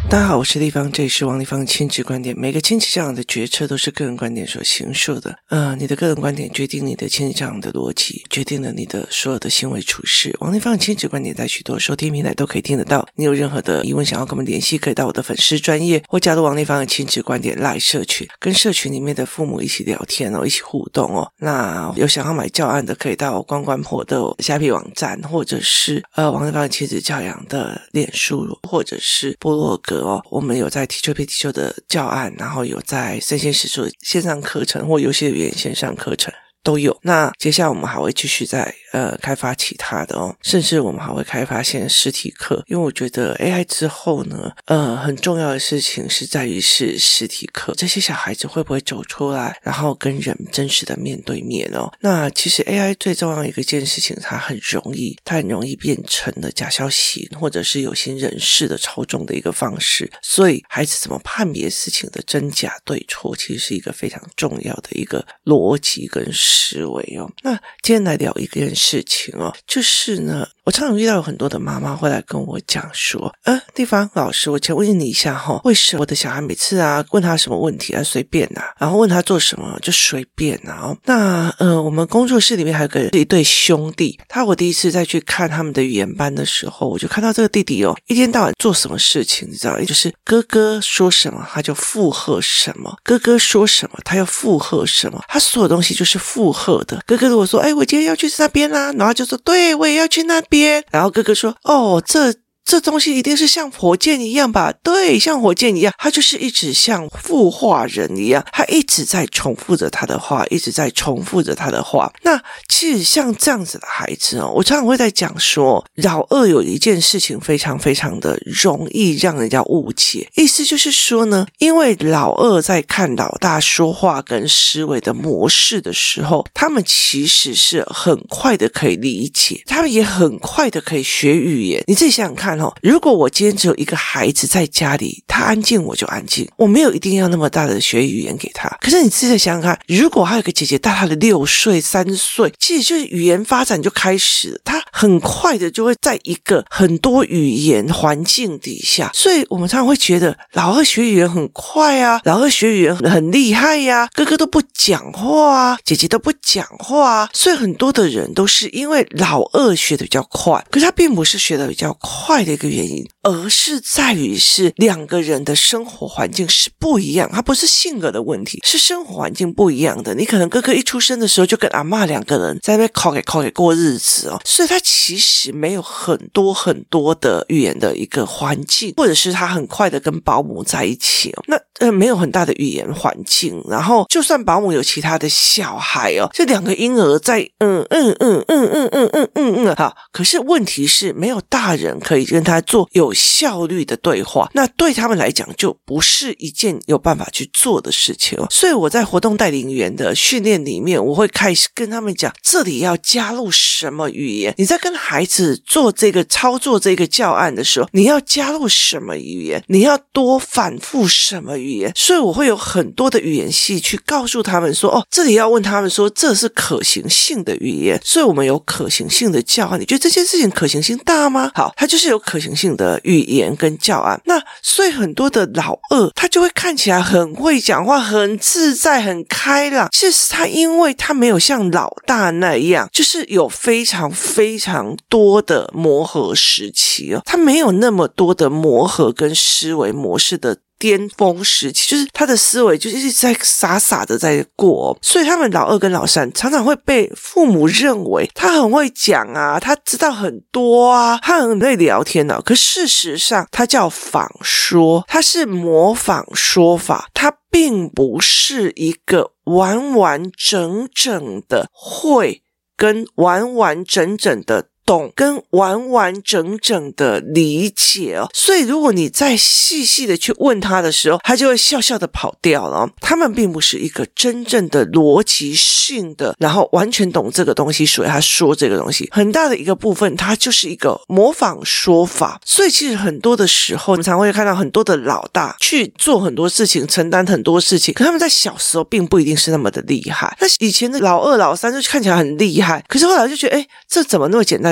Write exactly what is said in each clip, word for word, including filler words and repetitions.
大家好，我是立方，这里是王立方亲子观点。每个亲子教养的决策都是个人观点所形塑的。呃，你的个人观点决定你的亲子教养的逻辑，决定了你的所有的行为处事。王立方亲子观点在许多收听平台都可以听得到。你有任何的疑问想要跟我们联系，可以到我的粉丝专页或加入王立方的亲子观点 LINE 社群，跟社群里面的父母一起聊天哦，一起互动哦。那有想要买教案的，可以到关关婆的虾皮网站，或者是呃王立方亲子教养的脸书，或者是部落格哦。我们有在 Teacher Pay Teacher 的教案，然后有在生鲜时数的线上课程或游戏的语言线上课程都有。那接下来我们还会继续在呃开发其他的哦，甚至我们还会开发现实体课，因为我觉得 A I 之后呢，呃很重要的事情是在于是实体课，这些小孩子会不会走出来，然后跟人真实的面对面哦。那其实 A I 最重要的一个件事情，它很容易，它很容易变成了假消息或者是有心人士的操纵的一个方式，所以孩子怎么判别事情的真假对错，其实是一个非常重要的一个逻辑跟思维哦。那今天来聊一件事情哦，就是呢，我常常遇到有很多的妈妈会来跟我讲说，呃，地方老师，我请问你一下哈、哦，为什么我的小孩每次啊问他什么问题啊随便啊，然后问他做什么就随便啊、哦。那呃，我们工作室里面还有个一对兄弟，他我第一次再去看他们的语言班的时候，我就看到这个弟弟哦，一天到晚做什么事情，你知道，就是哥哥说什么他就附和什么，哥哥说什么他要附和什么，他所有东西就是附和的。哥哥如果说，哎，我今天要去那边啦，然后他就说，对，我也要去那边。然后哥哥说，哦，这这东西一定是像火箭一样吧？对，像火箭一样。他就是一直像复话人一样，他一直在重复着他的话，一直在重复着他的话。那其实像这样子的孩子哦，我常常会在讲说，老二有一件事情非常非常的容易让人家误解，意思就是说呢，因为老二在看老大说话跟思维的模式的时候，他们其实是很快的可以理解，他们也很快的可以学语言。你自己想想看哦，如果我今天只有一个孩子在家里，他安静我就安静，我没有一定要那么大的学语言给他。可是你自己想想看，如果还有一个姐姐大他的六岁三岁，其实就是语言发展就开始了，他很快的就会在一个很多语言环境底下，所以我们常常会觉得老二学语言很快啊，老二学语言很很厉害呀、啊，哥哥都不讲话啊，姐姐都不讲话啊，所以很多的人都是因为老二学的比较快，可是他并不是学的比较快的一个原因，而是在于是两个人的生活环境是不一样，它不是性格的问题，是生活环境不一样的。你可能哥哥一出生的时候就跟阿嬷两个人在那边考给考给过日子哦，所以他其实没有很多很多的语言的一个环境，或者是他很快的跟保姆在一起哦，那呃没有很大的语言环境，然后就算保姆有其他的小孩哦，这两个婴儿在嗯嗯嗯嗯嗯嗯嗯嗯嗯好，可是问题是没有大人可以跟他做有效率的对话，那对他们来讲就不是一件有办法去做的事情哦。所以我在活动带领员的训练里面，我会开始跟他们讲，这里要加入什么语言，你在跟孩子做这个操作这个教案的时候，你要加入什么语言，你要多反复什么语言。所以我会有很多的语言系去告诉他们说，哦，这里要问他们说这是可行性的语言，所以我们有可行性的教案，你觉得这件事情可行性大吗？好，它就是有可行性的语言跟教案。那所以很多的老二他就会看起来很会讲话，很自在，很开朗，其实他因为他没有像老大那样就是有非常非常多的磨合时期哦，他没有那么多的磨合跟思维模式的巅峰时期，就是他的思维就一直在傻傻的在过、哦、所以他们老二跟老三常常会被父母认为他很会讲啊，他知道很多啊，他很会聊天啊，可事实上他叫仿说，他是模仿说法，他并不是一个完完整整的会跟完完整整的懂跟完完整整的理解哦，所以如果你再细细的去问他的时候，他就会笑笑的跑掉了、哦。他们并不是一个真正的逻辑性的，然后完全懂这个东西，所以他说这个东西很大的一个部分，他就是一个模仿说法。所以其实很多的时候，我们常会看到很多的老大去做很多事情，承担很多事情，可他们在小时候并不一定是那么的厉害。那以前的老二、老三就看起来很厉害，可是后来就觉得，哎，这怎么那么简单？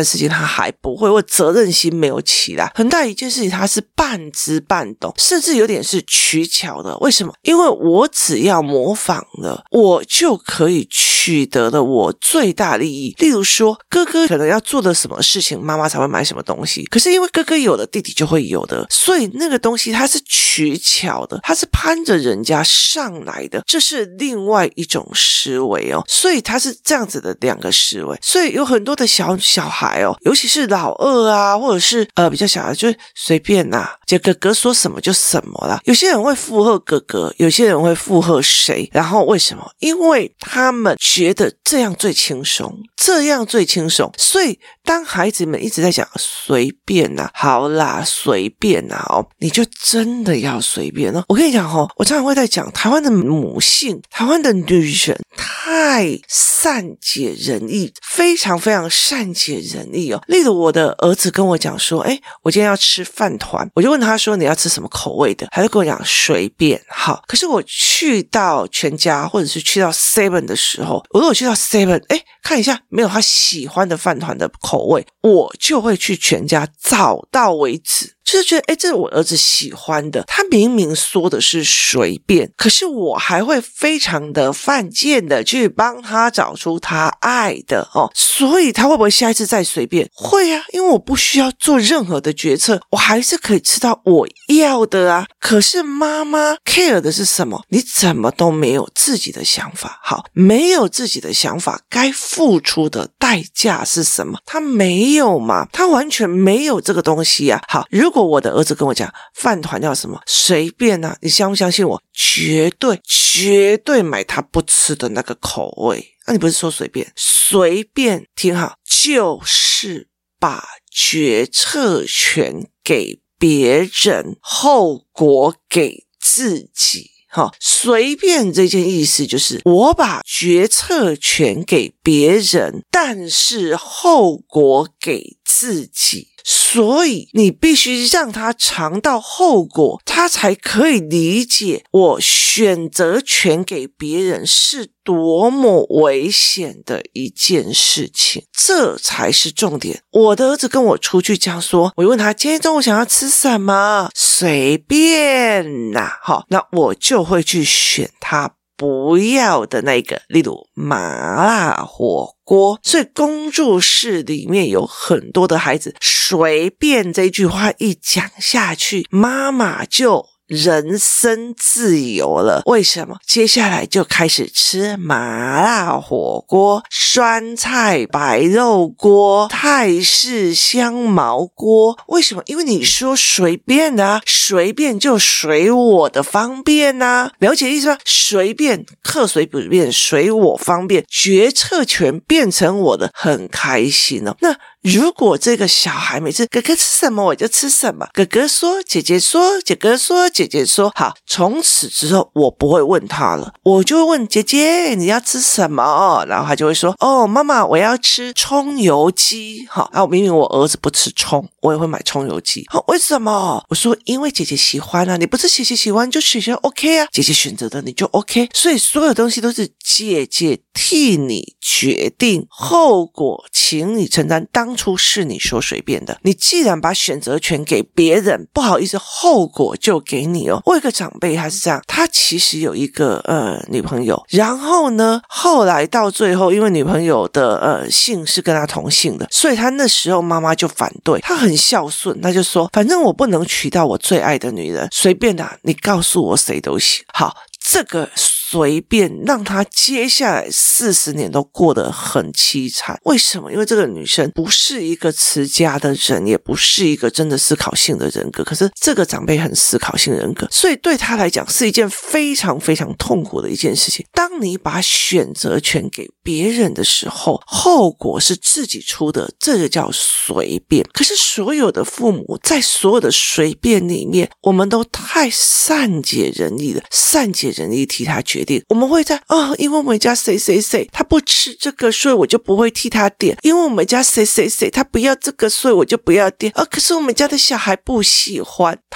的事情他还不会，或责任心没有起来，很大一件事情他是半知半懂，甚至有点是取巧的。为什么？因为我只要模仿了，我就可以取得了我最大利益。例如说，哥哥可能要做的什么事情，妈妈才会买什么东西，可是因为哥哥有的，弟弟就会有的，所以那个东西它是取巧的，它是攀着人家上来的，这是另外一种思维哦。所以它是这样子的两个思维。所以有很多的小小孩哦，尤其是老二啊，或者是呃比较小孩，就是随便啦、啊，就哥哥说什么就什么啦。有些人会附和哥哥，有些人会附和谁，然后为什么？因为他们觉得这样最轻松，这样最轻松。所以当孩子们一直在讲随便啦、啊，好啦，随便啦、啊、哦，你就真的要随便哦。我跟你讲哦，我常常会在讲台湾的母性，台湾的女人太善解人意，非常非常善解人意哦。例如我的儿子跟我讲说，诶，我今天要吃饭团，我就问他说你要吃什么口味的，他就跟我讲随便。好，可是我去到全家或者是去到 seven 的时候，我如果去到 seven， 诶，看一下没有他喜欢的饭团的口味，我就会去全家找到为止。就是觉得诶，这是我儿子喜欢的，他明明说的是随便，可是我还会非常的犯贱的去帮他找出他爱的哦，所以他会不会下一次再随便？会啊，因为我不需要做任何的决策，我还是可以吃到我要的啊。可是妈妈 care 的是什么？你怎么都没有自己的想法。好，没有自己的想法，该付出的代价是什么？他没有嘛，他完全没有这个东西啊。好，如果我的儿子跟我讲饭团要什么随便啊，你相不相信我？绝对绝对买他不吃的那个口味。那、啊、你不是说随便？随便听好，就是把决策权给别人，后果给自己。好，随便这件意思就是我把决策权给别人，但是后果给自己。所以你必须让他尝到后果，他才可以理解我选择权给别人是多么危险的一件事情，这才是重点。我的儿子跟我出去这样说，我问他今天中午想要吃什么，随便啦，好，那我就会去选他不要的那个，例如麻辣火锅。所以工作室里面有很多的孩子，随便这句话一讲下去，妈妈就人生自由了。为什么？接下来就开始吃麻辣火锅、酸菜白肉锅、泰式香茅锅。为什么？因为你说随便啊，随便就随我的方便啊，了解意思吗？随便，课随不便，随我方便，决策权变成我的，很开心哦。那如果这个小孩每次哥哥吃什么我就吃什么，哥哥说姐姐说姐哥说姐姐说，好，从此之后我不会问他了，我就会问姐姐你要吃什么，然后他就会说哦妈妈我要吃葱油鸡。好，啊明明我儿子不吃葱，我也会买葱油鸡。好，为什么？我说因为姐姐喜欢啊，你不是姐姐喜欢就姐姐 OK 啊，姐姐选择的你就 OK。 所以所有东西都是姐姐替你决定，后果请你承担，当初是你说随便的，你既然把选择权给别人，不好意思，后果就给你哦。我有一个长辈他是这样，他其实有一个呃女朋友，然后呢后来到最后因为女朋友的呃姓是跟他同姓的，所以他那时候妈妈就反对，他很孝顺，他就说反正我不能娶到我最爱的女人，随便啦、啊，你告诉我谁都行。好，这个随便让他接下来四十年都过得很凄惨。为什么？因为这个女生不是一个持家的人，也不是一个真的思考性的人格，可是这个长辈很思考性人格，所以对他来讲是一件非常非常痛苦的一件事情。当你把选择权给别人的时候，后果是自己出的，这个叫随便。可是所有的父母在所有的随便里面，我们都太善解人意了，善解人意替他决定。我们会在哦，因为我们家谁谁谁他不吃这个，所以我就不会替他点，因为我们家谁谁谁他不要这个，所以我就不要点啊。可是我们家的小孩不喜欢，他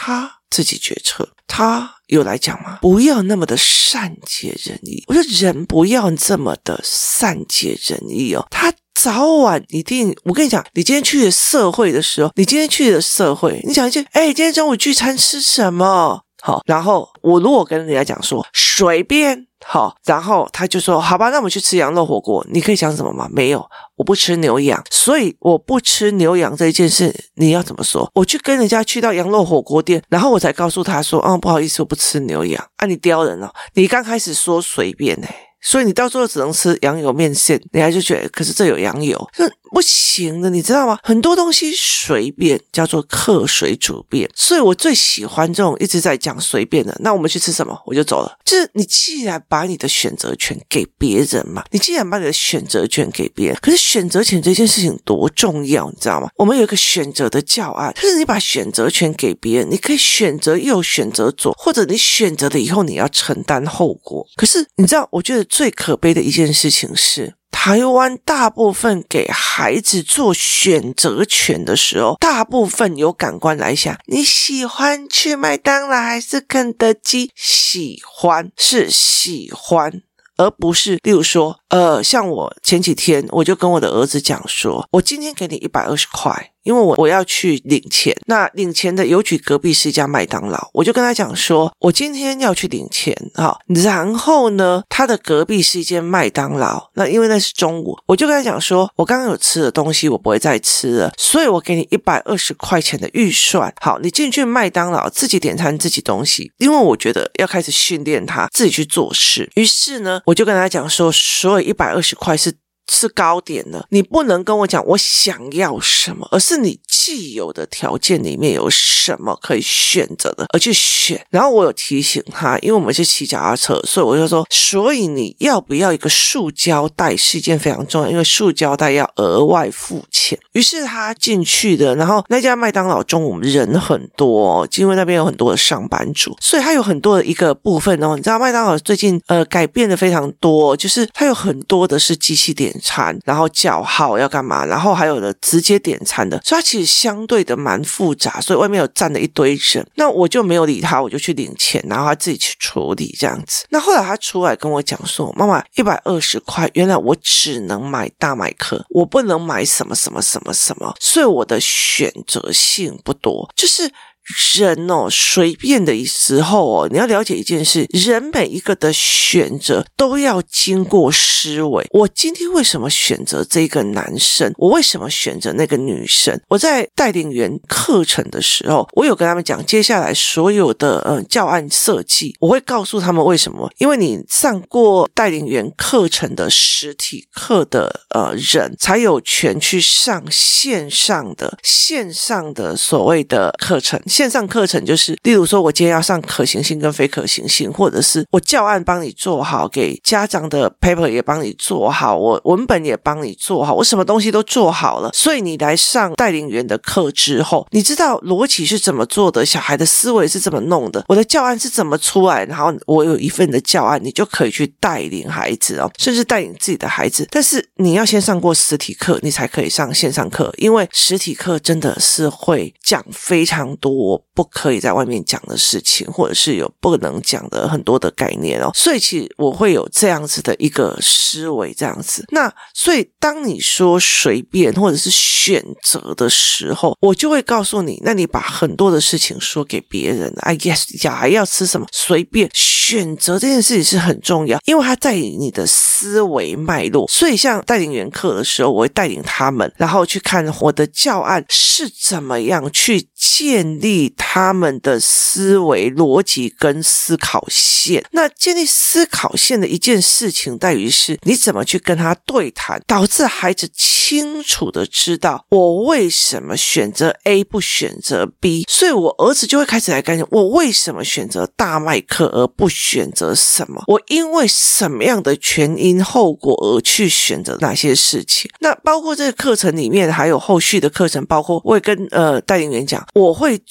自己决策。他有来讲吗？不要那么的善解人意。我说人不要这么的善解人意哦，他早晚一定，我跟你讲，你今天去的社会的时候，你今天去的社会，你讲一句，哎，今天中午聚餐吃什么？好，然后我如果跟人家讲说随便，好，然后他就说好吧，那我们去吃羊肉火锅，你可以讲什么吗？没有，我不吃牛羊，所以我不吃牛羊这一件事你要怎么说？我去跟人家去到羊肉火锅店，然后我才告诉他说嗯，不好意思，我不吃牛羊啊，你刁人哦，你刚开始说随便欸，所以你到最后只能吃羊油面线，你还是觉得可是这有羊油，这不行的，你知道吗？很多东西随便叫做客随主便，所以我最喜欢这种一直在讲随便的。那我们去吃什么我就走了，就是你既然把你的选择权给别人嘛，你既然把你的选择权给别人，可是选择权这件事情多重要，你知道吗？我们有一个选择的教案，就是你把选择权给别人，你可以选择右选择左，或者你选择了以后你要承担后果。可是你知道我觉得最可悲的一件事情是，台湾大部分给孩子做选择权的时候，大部分有感官来想，你喜欢去麦当劳还是肯德基？喜欢是喜欢，而不是例如说呃，像我前几天我就跟我的儿子讲说，我今天给你一百二十块，因为我我要去领钱，那领钱的邮局隔壁是一家麦当劳，我就跟他讲说我今天要去领钱好，然后呢他的隔壁是一间麦当劳，那因为那是中午，我就跟他讲说我刚刚有吃的东西我不会再吃了，所以我给你一百二十块钱的预算，好，你进去麦当劳自己点餐自己东西，因为我觉得要开始训练他自己去做事。于是呢我就跟他讲说所有一百二十块是是高点了，你不能跟我讲我想要什么，而是你既有的条件里面有什么可以选择的而去选。然后我有提醒他，因为我们是骑脚踏车，所以我就说所以你要不要一个塑胶袋是一件非常重要，因为塑胶袋要额外付钱。于是他进去的，然后那家麦当劳中午人很多，因为那边有很多的上班族，所以他有很多的一个部分哦，你知道麦当劳最近呃改变的非常多，就是他有很多的是机器点餐，然后叫号要干嘛，然后还有的直接点餐的，所以它其实相对的蛮复杂，所以外面有站了一堆人。那我就没有理他，我就去领钱，然后他自己去处理这样子。那后来他出来跟我讲说，妈妈一百二十块，原来我只能买大麦克，我不能买什么什么什么什么，所以我的选择性不多。就是人哦，随便的时候哦，你要了解一件事，人每一个的选择都要经过思维。我今天为什么选择这个男生？我为什么选择那个女生？我在带领员课程的时候，我有跟他们讲，接下来所有的呃教案设计，我会告诉他们为什么。因为你上过带领员课程的实体课的呃人，才有权去上线上的线上的所谓的课程。线上课程就是例如说我今天要上可行性跟非可行性，或者是我教案帮你做好，给家长的 paper 也帮你做好，我文本也帮你做好，我什么东西都做好了，所以你来上带领员的课之后，你知道逻辑是怎么做的，小孩的思维是怎么弄的，我的教案是怎么出来，然后我有一份的教案，你就可以去带领孩子哦，甚至带领自己的孩子。但是你要先上过实体课，你才可以上线上课，因为实体课真的是会讲非常多我不可以在外面讲的事情，或者是有不能讲的很多的概念哦，所以其实我会有这样子的一个思维这样子。那所以当你说随便或者是选择的时候，我就会告诉你，那你把很多的事情说给别人 I guess 小孩要吃什么随便，选择这件事情是很重要，因为它在你的思维脉络。所以像带领员课的时候，我会带领他们然后去看我的教案是怎么样去建立他们的思维逻辑跟思考线。那建立思考线的一件事情在于是你怎么去跟他对谈，导致孩子清楚的知道我为什么选择 A 不选择 B。 所以我儿子就会开始来干我为什么选择大麦克而不选择什么，我因为什么样的前因后果而去选择哪些事情。那包括这个课程里面还有后续的课程，包括我会跟呃带领员讲，我会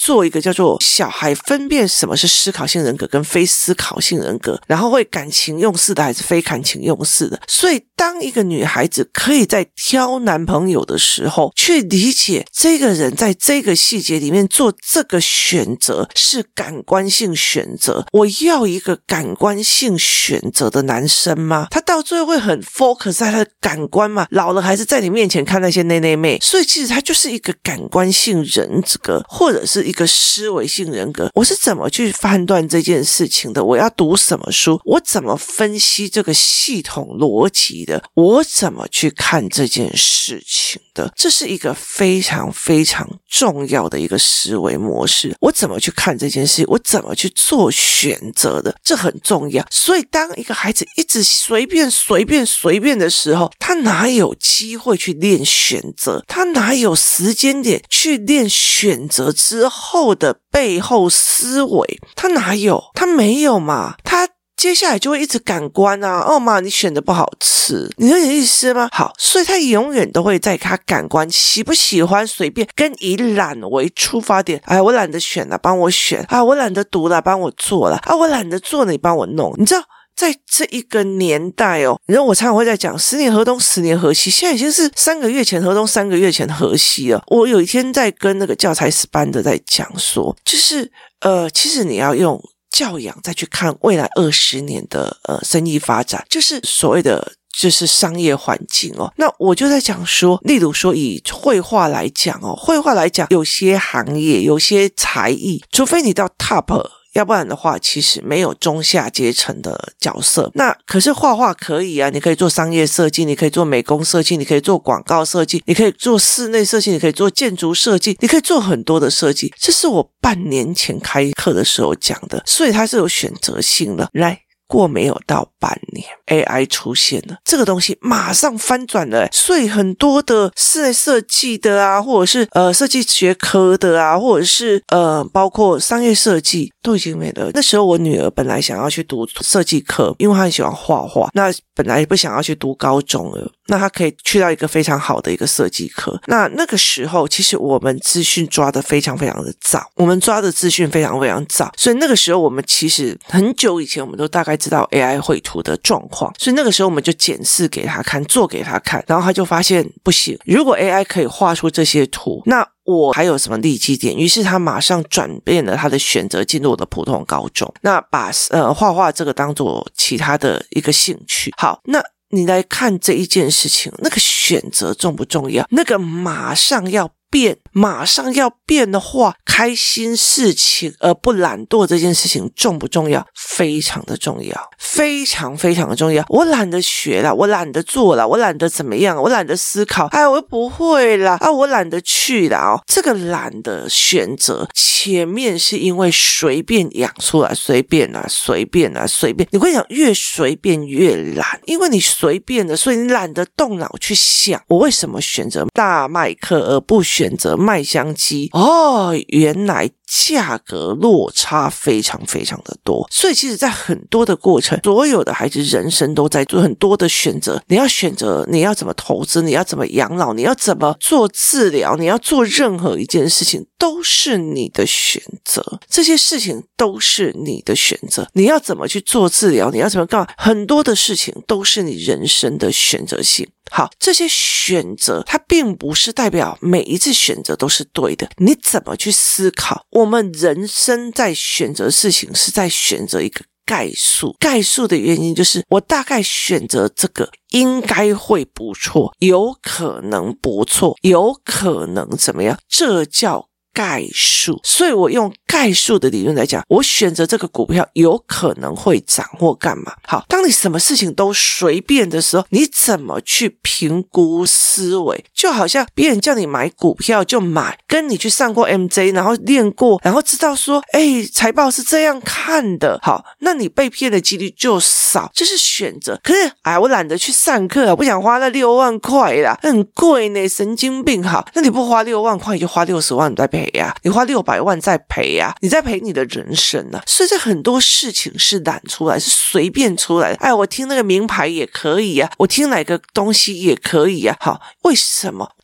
做一个叫做小孩分辨什么是思考性人格跟非思考性人格，然后会感情用事的还是非感情用事的。所以当一个女孩子可以在挑男朋友的时候去理解这个人在这个细节里面做这个选择是感官性选择，我要一个感官性选择的男生吗？他到最后会很 focus 在他的感官吗？老了还是在你面前看那些内内妹？所以其实他就是一个感官性人格或者是一个思维性人格。我是怎么去判断这件事情的？我要读什么书？我怎么分析这个系统逻辑的？我怎么去看这件事情的？这是一个非常非常重要的一个思维模式。我怎么去看这件事？我怎么去做选择的？这很重要。所以当一个孩子一直随便随便随便的时候，他哪有机会去练选择？他哪有时间点去练选择之后的背后思维？他哪有？他没有嘛？他接下来就会一直感官啊，哦妈，你选的不好吃，你有点意思吗？好，所以他永远都会在他感官喜不喜欢随便跟以懒为出发点。哎，我懒得选了，帮我选啊，我懒得读了，帮我做了啊，我懒得做了，你帮我弄。你知道在这一个年代哦，你知道我常常会在讲十年河东十年河西，现在已经是三个月前河东三个月前河西了。我有一天在跟那个教材师班的在讲说，就是呃，其实你要用教养再去看未来二十年的呃生意发展，就是所谓的就是商业环境哦。那我就在讲说，例如说以绘画来讲哦，绘画来讲，有些行业有些才艺，除非你到 top，要不然的话其实没有中下阶层的角色。那可是画画可以啊，你可以做商业设计，你可以做美工设计，你可以做广告设计，你可以做室内设计，你可以做建筑设计，你可以做很多的设计。这是我半年前开课的时候讲的，所以它是有选择性的。来，过没有到半年 A I 出现了，这个东西马上翻转了。所以很多的室内设计的啊，或者是呃设计学科的啊，或者是呃包括商业设计都已经没了。那时候我女儿本来想要去读设计课，因为她很喜欢画画，那本来不想要去读高中了，那她可以去到一个非常好的一个设计课。那那个时候其实我们资讯抓得非常非常的早，我们抓的资讯非常非常早，所以那个时候我们其实很久以前我们都大概知道 A I 绘图的状况，所以那个时候我们就检视给他看，做给他看，然后他就发现不行，如果 A I 可以画出这些图，那我还有什么利基点？于是他马上转变了他的选择，进入我的普通高中，那把呃画画这个当做其他的一个兴趣。好，那你来看这一件事情，那个选择重不重要？那个马上要变，马上要变的话，开心事情而不懒惰这件事情重不重要？非常的重要，非常非常的重要。我懒得学啦，我懒得做啦，我懒得怎么样，我懒得思考，哎，我又不会啦，啊，我懒得去啦哦。这个懒的选择前面是因为随便养出来，随便啊，随便啊，随便。你会讲越随便越懒，因为你随便的，所以你懒得动脑去想，我为什么选择大麦克而不选择麦香鸡？哦，原来价格落差非常非常的多。所以其实在很多的过程，所有的孩子人生都在做很多的选择。你要选择你要怎么投资，你要怎么养老，你要怎么做治疗，你要做任何一件事情都是你的选择，这些事情都是你的选择。你要怎么去做治疗，你要怎么干嘛，很多的事情都是你人生的选择性。好，这些选择它并不是代表每一次选择都是对的，你怎么去思考？我们人生在选择事情是在选择一个概述，概述的原因就是我大概选择这个应该会不错，有可能不错，有可能怎么样，这叫概述。所以我用概述的理论来讲，我选择这个股票有可能会涨或干嘛。好，当你什么事情都随便的时候，你怎么去评估思维？就好像别人叫你买股票就买，跟你去上过 M J 然后练过，然后知道说哎，财报是这样看的，好，那你被骗的几率就少，这是选择。可是哎，我懒得去上课，我不想花那六万块啦，很贵呢，神经病。好，那你不花六万块，你就花六十万你再赔啊，你花六百万再赔啊，你在赔你的人生啊。所以这很多事情是懒出来，是随便出来的。哎，我听那个名牌也可以啊，我听哪个东西也可以啊。好，为什么？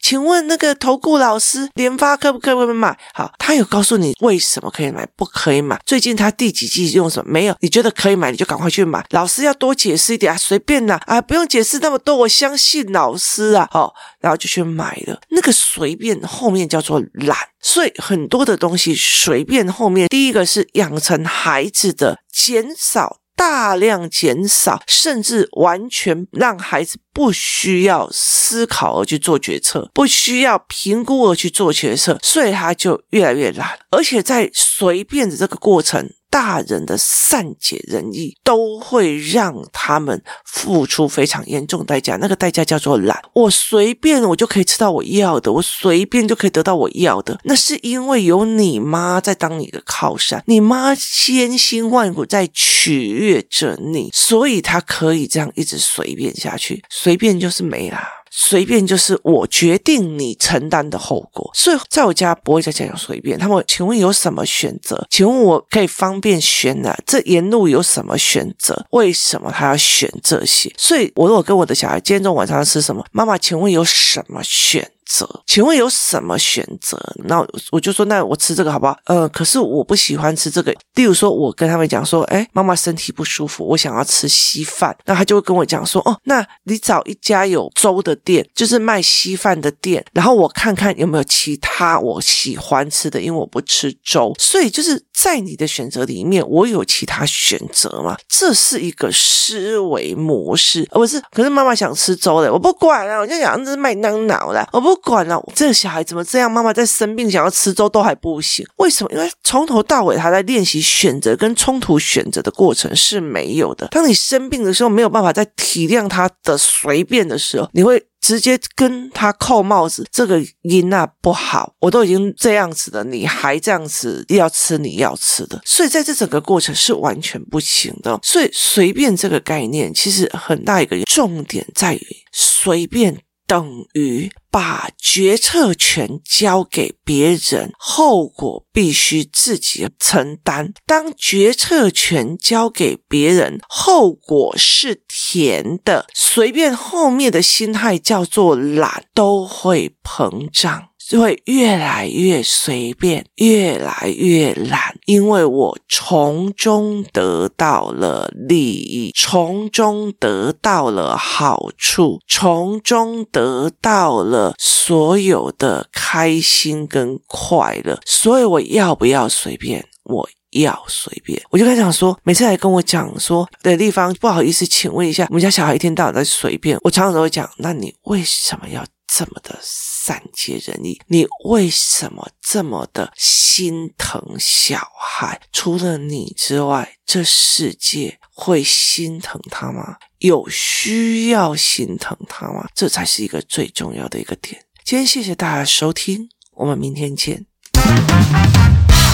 请问那个投顾老师联发科不可以买？好，他有告诉你为什么可以买不可以买，最近他第几季用什么？没有，你觉得可以买你就赶快去买，老师要多解释一点啊，随便啦啊，不用解释那么多，我相信老师啊，好，然后就去买了。那个随便后面叫做懒，所以很多的东西随便后面，第一个是养成孩子的减少，大量减少，甚至完全让孩子不需要思考而去做决策，不需要评估而去做决策，所以他就越来越懒。而且在随便的这个过程，大人的善解人意都会让他们付出非常严重的代价，那个代价叫做懒。我随便我就可以吃到我要的，我随便就可以得到我要的，那是因为有你妈在当你的靠山，你妈千辛万苦在取悦着你，所以她可以这样一直随便下去。随便就是没啦，随便就是我决定你承担的后果。所以在我家不会再讲随便，他们请问有什么选择？请问我可以方便选啊，这沿路有什么选择？为什么他要选这些？所以我如果跟我的小孩今天中午晚上要吃什么，妈妈请问有什么选择？请问有什么选择？那我就说那我吃这个好不好？呃，可是我不喜欢吃这个。例如说我跟他们讲说，诶，妈妈身体不舒服，我想要吃稀饭，那他就会跟我讲说，哦，那你找一家有粥的店，就是卖稀饭的店，然后我看看有没有其他我喜欢吃的，因为我不吃粥。所以就是在你的选择里面，我有其他选择嘛？这是一个思维模式，而不是可是妈妈想吃粥的，我不管了，我就想这是麦当劳啦，我不管了，这个小孩怎么这样？妈妈在生病想要吃粥都还不行，为什么？因为从头到尾他在练习选择跟冲突选择的过程是没有的。当你生病的时候，没有办法再体谅他的随便的时候，你会直接跟他扣帽子，这个音啊不好，我都已经这样子了，你还这样子要吃你要吃的，所以在这整个过程是完全不行的。所以随便这个概念其实很大一个重点在于，随便等于把决策权交给别人，后果必须自己承担。当决策权交给别人，后果是甜的，随便后面的心态叫做懒，都会膨胀，就会越来越随便，越来越懒，因为我从中得到了利益，从中得到了好处，从中得到了所有的开心跟快乐，所以我要不要随便？我要随便。我就跟他讲说，每次来跟我讲说的地方，不好意思请问一下，我们家小孩一天到晚在随便，我常常都会讲，那你为什么要这么的善解人意？你为什么这么的心疼小孩？除了你之外，这世界会心疼他吗？有需要心疼他吗？这才是一个最重要的一个点。今天谢谢大家收听，我们明天见。